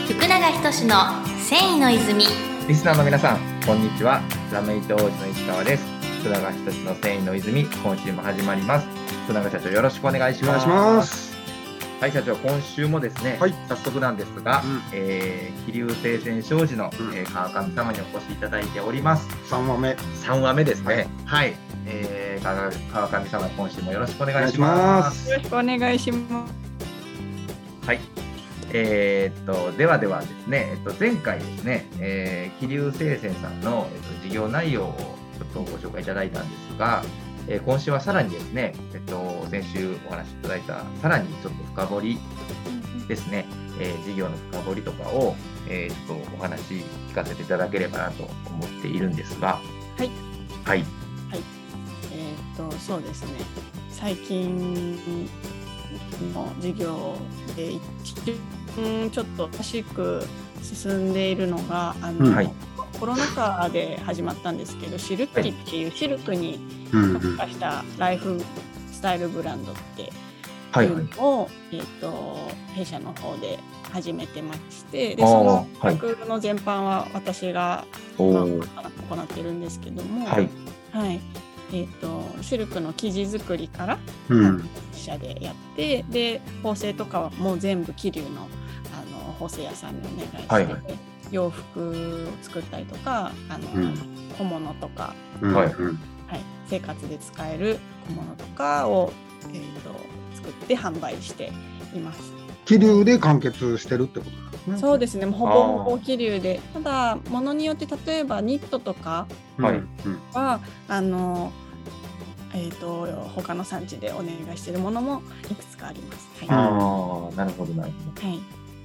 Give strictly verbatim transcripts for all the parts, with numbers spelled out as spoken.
福永仁の繊維の泉。 リスナーの皆さん、こんにちは。ラメイト王子の石川です。福永仁の繊維の泉、今週も始まります。福永社長、よろしくお願いします。 お願いします。 はい、社長、今週もですね、はい、早速なんですが、うん、えー、桐生聖戦商事の、うんえー、川上様にお越しいただいております。 さんわめ。 さんわめですね。はい。はい、えー、川上様、今週もよろしくお願いします。 よろしくお願いします。 はい。えー、っとではではですね、えっと、前回ですね、えー、桐生聖戦さんの、えっと、事業内容をちょっとご紹介いただいたんですが、えー、今週はさらにですね、えっと、先週お話しいただいたさらにちょっと深掘りですね、えー、事業の深掘りとかを、えー、っとお話聞かせていただければなと思っているんですが、 はいはい、はい、 えー、っとそうですね、最近の事業で一うんちょっとらしく進んでいるのがあの、はい、コロナ禍で始まったんですけど、シルキっていうシルクに特化したライフスタイルブランドっていうのを、はいはい、えー、と弊社の方で始めてまして、でその企画の全般は私が、まあ、行ってるんですけども、はいはいえー、とシルクの生地作りから自社でやって、うん、で縫製とかはもう全部桐生の縫製屋さんにお願いして、はいはい、洋服を作ったりとかあの、うん、小物とか、うんはいはい、生活で使える小物とかを、えー、と作って販売しています。 桐生で完結してるってことですね。 そうですね、ほぼほぼ桐生で、ただ物によって例えばニットとかは、はい、あのえー、と他の産地でお願いしているものもいくつかあります。はい、 ああ、なるほどなるほど。はい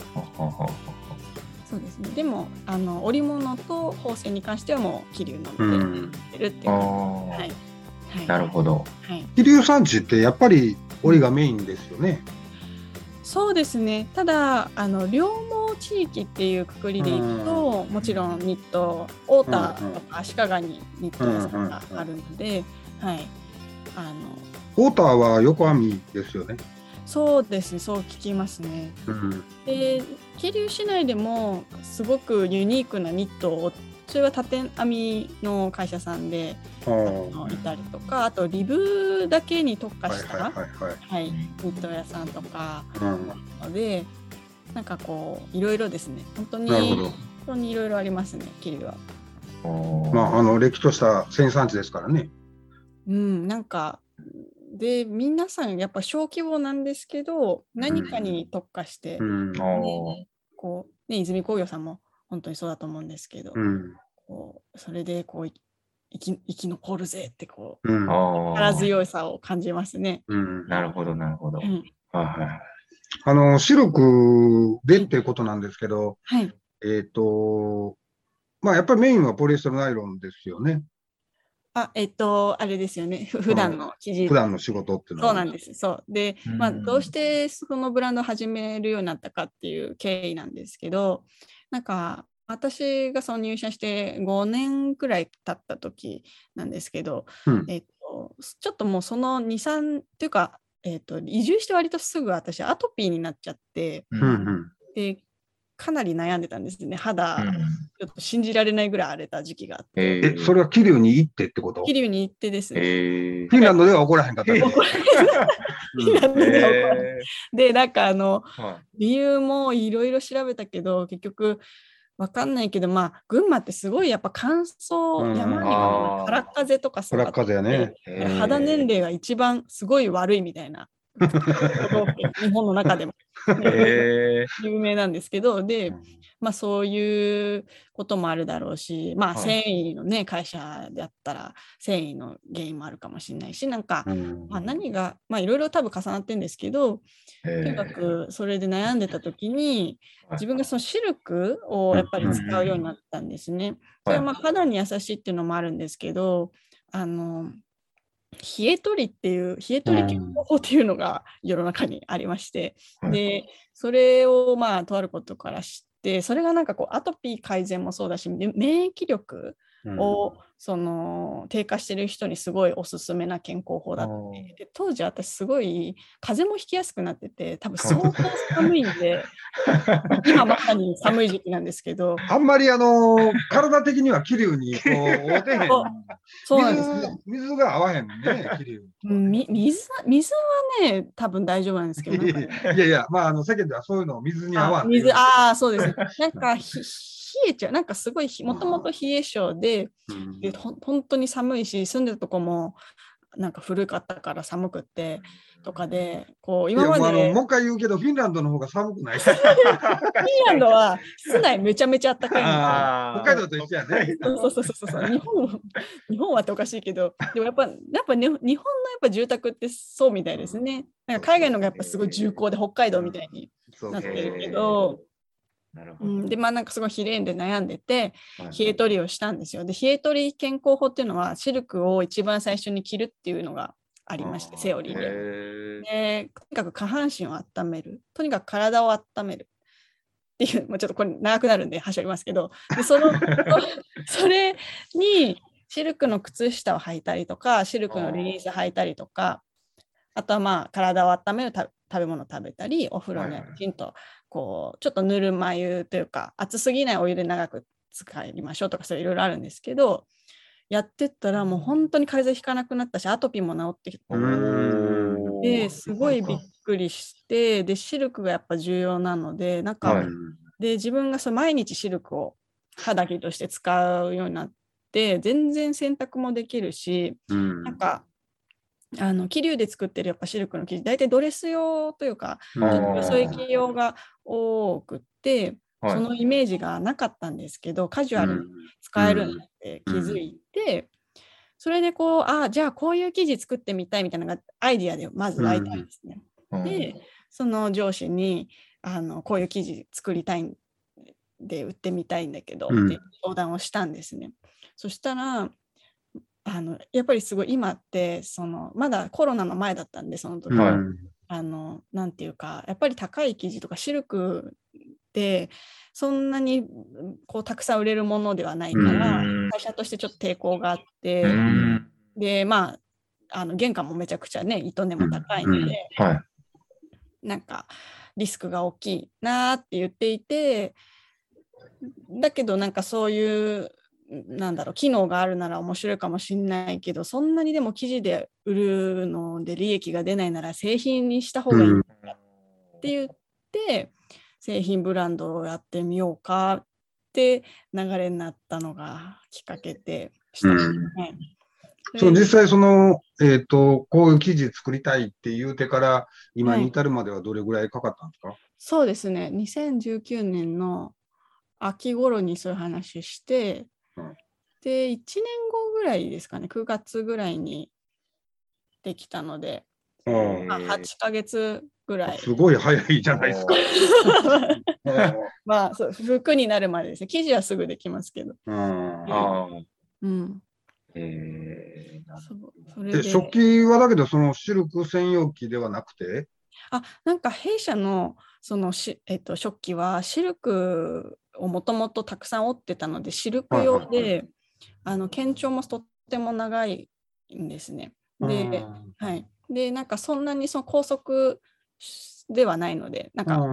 そうですね。でもあの織物と縫製に関してはもう桐生のみでやってるっていう感じです。はいはい、なるほど。 桐生産地ってやっぱり織がメインですよね。 そうですね。ただあの両毛地域っていうくくりでいくと、もちろんニット、太田とか足利にニット屋さんがあるので、はい。あの太田は横編みですよね。 そうですね、そう聞きますね。うん、で桐生市内でもすごくユニークなニットを、それは縦編みの会社さんであのいたりとか、あとリブだけに特化したニット屋さんとかなので、うん、なんかこういろいろですね、本当に本当にいろいろありますね、桐生は。 まああのれっきとした生産地ですからね。 うん、なんかで皆さんやっぱ小規模なんですけど、何かに特化して、うんねこうね、泉工業さんも本当にそうだと思うんですけど、うん、こうそれでこう生き、生き残るぜってこう、うん、力強さを感じますね。 うん、なるほどなるほど。うん、 あのシルクでっていうことなんですけど、はい、えっとまあやっぱりメインはポリエステルナイロンですよね。 あ、えっと、あれですよね。普段の生地。 普段の仕事っていうのは。そうなんです。そう。で、まあ、どうしてそのブランドを始めるようになったかっていう経緯なんですけど、なんか、私がその入社してごねんくらい経った時なんですけど、うん、えっと、ちょっともうそのに、さんっていうか、えっと、移住して割とすぐ私アトピーになっちゃって、うんうん、でかなり悩んでたんですね。肌、うん、ちょっと信じられないぐらい荒れた時期があって。 え、それは桐生に行ってってこと？ 桐生に行ってですね。 フィンランドでは起こらへんかった。フィンランドでは起こらへん。で、なんかあの、はい、理由もいろいろ調べたけど、結局わかんないけど、まあ、群馬ってすごいやっぱ乾燥、うん、山には空風とかすごい。 空風やね。 肌年齢が一番すごい悪いみたいな。日本の中でも、ね、有名なんですけど、で、まあ、そういうこともあるだろうし、まあ、繊維の、ね、会社であったら繊維の原因もあるかもしれないし、なんか、まあ、何が、まあ、いろいろ多分重なってるんですけど、とにかくそれで悩んでた時に自分がそのシルクをやっぱり使うようになったんですね。それはまあ肌に優しいっていうのもあるんですけど、あの冷え取りっていう冷え取り健康法っていうのが世の中にありまして、うん、でそれをまあとあることから知って、それがなんかこうアトピー改善もそうだし、免疫力を、うん、その低下してる人にすごいおすすめな健康法だって。で当時私すごい風邪もひきやすくなってて、多分相当寒いんで今まさに寒い時期なんですけど、 あんまりあの体的には桐生にこう合うてへんそうなんですね、 水, 水が合わへんね桐生、 み水, 水はね多分大丈夫なんですけど、ね、 いやいや、まあ、あの世間ではそういうのを水に合わん水、ああそうですね、なんかひ冷えちゃう、なんかすごいもともと冷え性で、うん、でほ本当に寒いし、住んでるとこもなんか古かったから寒くってとかで、こう今までも, うあのもう一回言うけどフィンランドの方が寒くないフィンランドは室内めちゃめちゃ暖かいんで北海道と一緒やねそうそうそうそう日本日本はっておかしいけど、でもやっぱやっぱ、ね、日本のやっぱ住宅ってそうみたいですね。なんか海外のがやっぱすごい重厚で北海道みたいになってるけど、なるほど、うん、でまあなんかすごい冷えで悩んでて冷え取りをしたんですよ。で冷え取り健康法っていうのはシルクを一番最初に着るっていうのがありまして、セオリーで。でとにかく下半身を温める、とにかく体を温めるっていう、まあ、ちょっとこれ長くなるんではしょりますけど、で そ, のそれにシルクの靴下を履いたりとか、シルクのリリース履いたりとか、あとはまあ体を温める食べ物を食べたり、お風呂にきちんとこうちょっとぬるま湯というか熱すぎないお湯で長く使いましょうとか、そういろいろあるんですけど、やってったらもう本当に風邪ひかなくなったし、アトピーも治ってきて、ですごいびっくりして、でシルクがやっぱ重要なので、なんか、はい、で自分がその毎日シルクを肌着として使うようになって、全然洗濯もできるし、うん、なんかあの桐生で作ってるやっぱシルクの生地、大体ドレス用というかちょっとよそ行き用が多くて、そのイメージがなかったんですけど、カジュアルに使えるんだって気づいて、うん、それでこう、あじゃあこういう生地作ってみたいみたいなのがアイディアでまず湧いたんですね。うん、でその上司にあのこういう生地作りたいんで売ってみたいんだけど、うん、って相談をしたんですね。そしたらあのやっぱりすごい今ってそのまだコロナの前だったんで、その時は、うん、あのなんていうかやっぱり高い生地とかシルクってそんなにこうたくさん売れるものではないから、うん、会社としてちょっと抵抗があって、うん、でまああの原価もめちゃくちゃね糸根も高いので、うんうんはい、なんかリスクが大きいなって言っていて、だけどなんかそういうなんだろう機能があるなら面白いかもしれないけど、そんなにでも生地で売るので利益が出ないなら製品にした方がいいんだって言って、うん、製品ブランドをやってみようかって流れになったのがきっかけでしたね。 うん、そう実際その、えーと、こういう生地作りたいって言うてから今に至るまではどれぐらいかかったんですか？はい、 そうですね、にせんじゅうきゅうねんの秋頃にそういう話して、うん、でいちねんごぐらいですかね、くがつぐらいにできたので、うん、はちかげつぐらい。 すごい早いじゃないですか。 まあそう服になるまでですね。生地はすぐできますけど。うん。うん。 えー、そうそれで食器はだけどそのシルク専用機ではなくて、 あなんか弊社のそのし、えっと、食器はシルクをもともとたくさん織ってたのでシルク用で、はいはいはい、あの肩長もとっても長いんですね。で、はい、でなんかそんなにその高速ではないので、なんか、うん、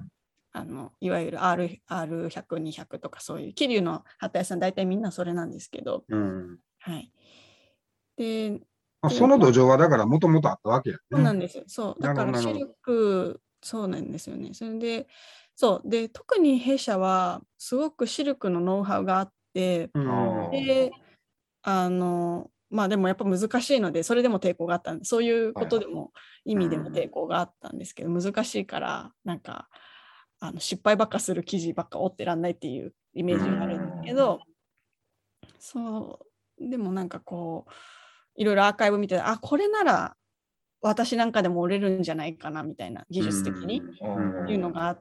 あのいわゆる アール、アールひゃく、にひゃく とかそういう桐生の旗屋さん大体みんなそれなんですけど、うんはい、でその土壌はだからもともとあったわけやね。 そうなんですよ。そうだからシルクそうなんですよね。それでそうで特に弊社はすごくシルクのノウハウがあって、うん、であのまあでもやっぱ難しいのでそれでも抵抗があったんで、そういうことでも意味でも抵抗があったんですけど、難しいからなんかあの失敗ばっかする生地ばっか折ってらんないっていうイメージがあるんですけど、そうでもなんかこういろいろアーカイブ見て、あこれなら私なんかでも折れるんじゃないかなみたいな技術的にいうのがあって、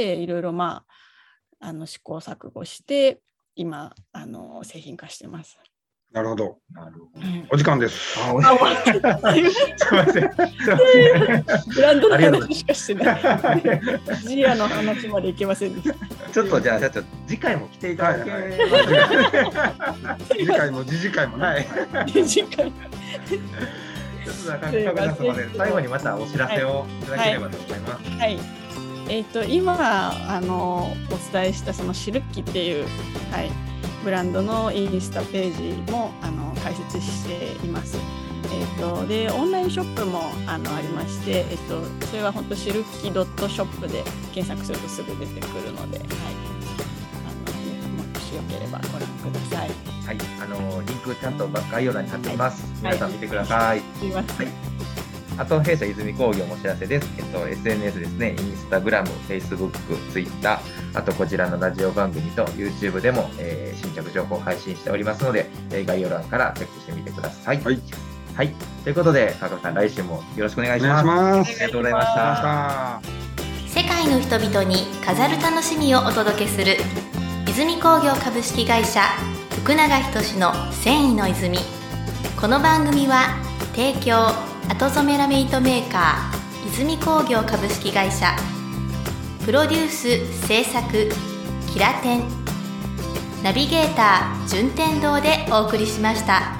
いろいろまああの試行錯誤して今あの製品化してます。 なるほど。なるほど。お時間です。あ、お時間。すみません。すみません。ブランドの話しかしてない。ジアの話までいけませんでした。 ちょっとじゃあ社長次回も来ていただけ、 はいはい、次回も次次回もね、はい、 次回ちょっとなかなかますので最後にまたお知らせをいただければと思います。 はい、はい、えっ、ー、と今あのお伝えしたそのシルッキっていう、はい、ブランドのインスタページもあの開設しています。えー、とでオンラインショップも あ, のありまして、えー、とそれは本当シルッキドットショップで検索するとすぐ出てくるので、はい、あのもしよければご覧ください。 はい、あのリンクちゃんと概要欄に貼っています。はい、皆さん見てください。 すいません。 あと弊社泉工業のお知らせです。えっと エスエヌエス ですね、インスタグラム、フェイスブック、ツイッター、あとこちらのラジオ番組と YouTube でも、えー、新着情報を配信しておりますので、えー、概要欄からチェックしてみてください。はい。はい、ということで川上さん、来週もよろしくお願いします。 お願いします。 ありがとうございました。 世界の人々に飾る楽しみをお届けする泉工業株式会社福永仁の繊維の泉。この番組は提供後染めラメ糸メーカー泉工業株式会社、プロデュース制作キラテン、ナビゲーター順天堂でお送りしました。